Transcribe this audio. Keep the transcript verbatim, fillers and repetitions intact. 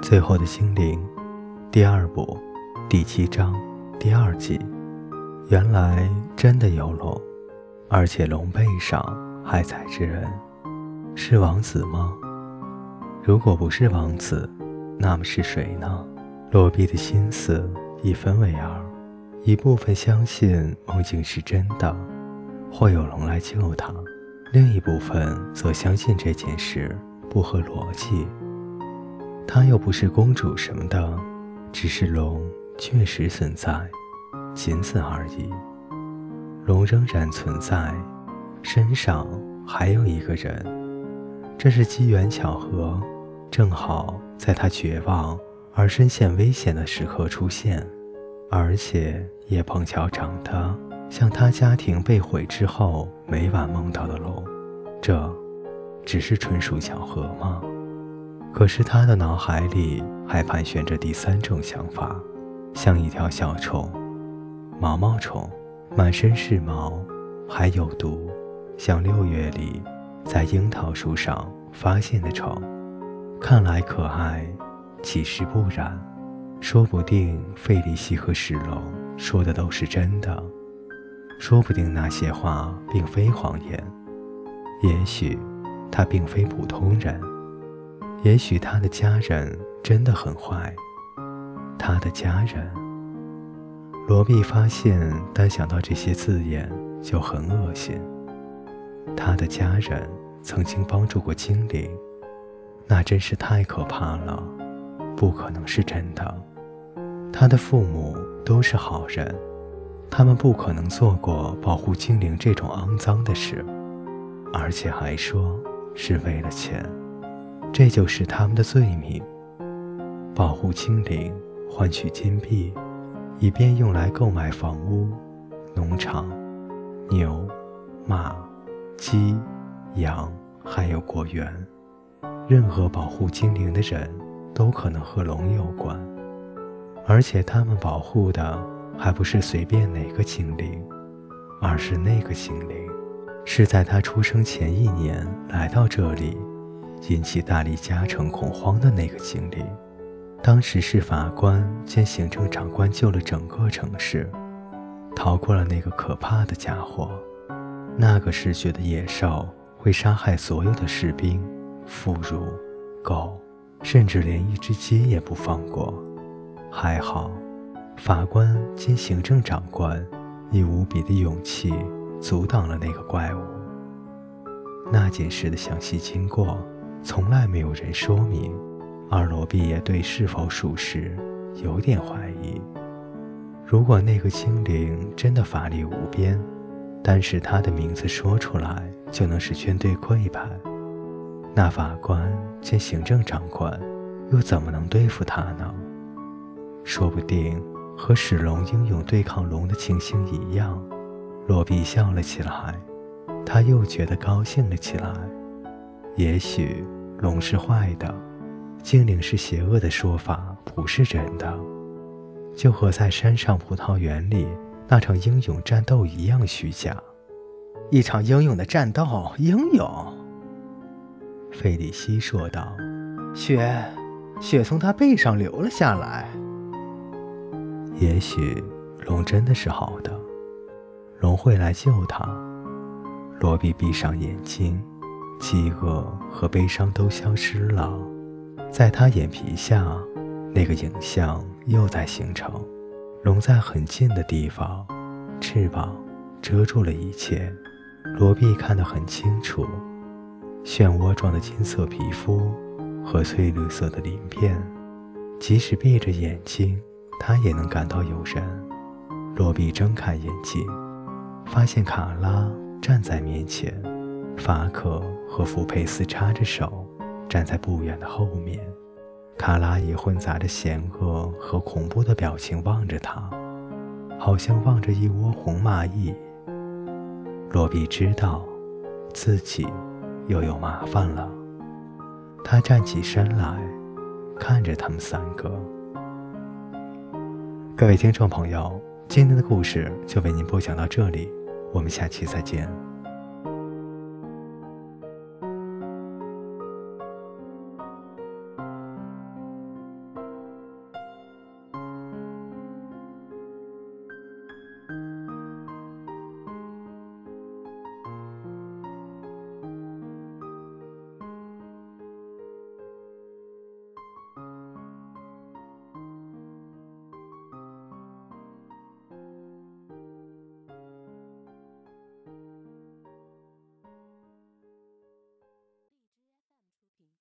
最后的精灵第二部第七章第二集。原来真的有龙，而且龙背上还载着人，是王子吗？如果不是王子，那么是谁呢？罗毕的心思一分为二，一部分相信梦境是真的，会有龙来救他，另一部分则相信这件事不合逻辑。她又不是公主什么的，只是龙确实存在，仅此而已。龙仍然存在，身上还有一个人，这是机缘巧合，正好在他绝望而深陷危险的时刻出现，而且也碰巧长得像他家庭被毁之后每晚梦到的龙。这只是纯属巧合吗？可是他的脑海里还盘旋着第三种想法，像一条小虫，毛毛虫，满身是毛，还有毒，像六月里在樱桃树上发现的虫，看来可爱，其实不然。说不定费利西和史龙说的都是真的，说不定那些话并非谎言，也许他并非普通人，也许他的家人真的很坏。他的家人，罗毕发现单想到这些字眼就很恶心。他的家人曾经帮助过精灵，那真是太可怕了，不可能是真的。他的父母都是好人，他们不可能做过保护精灵这种肮脏的事，而且还说是为了钱，这就是他们的罪名。保护精灵，换取金币，以便用来购买房屋、农场、牛、马、鸡、羊，还有果园。任何保护精灵的人都可能和龙有关，而且他们保护的还不是随便哪个精灵，而是那个精灵是在他出生前一年来到这里，引起大利加城恐慌的那个精灵。当时是法官兼行政长官救了整个城市，逃过了那个可怕的家伙。那个嗜血的野兽会杀害所有的士兵、妇孺、狗，甚至连一只鸡也不放过。还好，法官兼行政长官以无比的勇气阻挡了那个怪物。那件事的详细经过从来没有人说明，而罗毕也对是否属实有点怀疑。如果那个精灵真的法力无边，单是他的名字说出来就能使全队溃败，那法官兼行政长官又怎么能对付他呢？说不定和史龙英勇对抗龙的情形一样。罗毕笑了起来，他又觉得高兴了起来。也许龙是坏的，精灵是邪恶的说法不是真的，就和在山上葡萄园里那场英勇战斗一样虚假。 一场英勇的战斗，英勇， 费里西说道， 血血从他背上流了下来。 也许龙真的是好的，龙会来救他。罗毕闭上眼睛，饥饿和悲伤都消失了，在他眼皮下，那个影像又在形成。龙在很近的地方，翅膀遮住了一切，罗毕看得很清楚，漩涡状的金色皮肤和翠绿色的鳞片，即使闭着眼睛，他也能感到有人。罗毕睁开眼睛，发现卡拉站在面前，法可和福佩斯插着手站在不远的后面。卡拉以混杂着险恶和恐怖的表情望着他，好像望着一窝红蚂蚁。罗毕知道自己又有麻烦了，他站起身来，看着他们三个。各位听众朋友，今天的故事就为您播讲到这里，我们下期再见。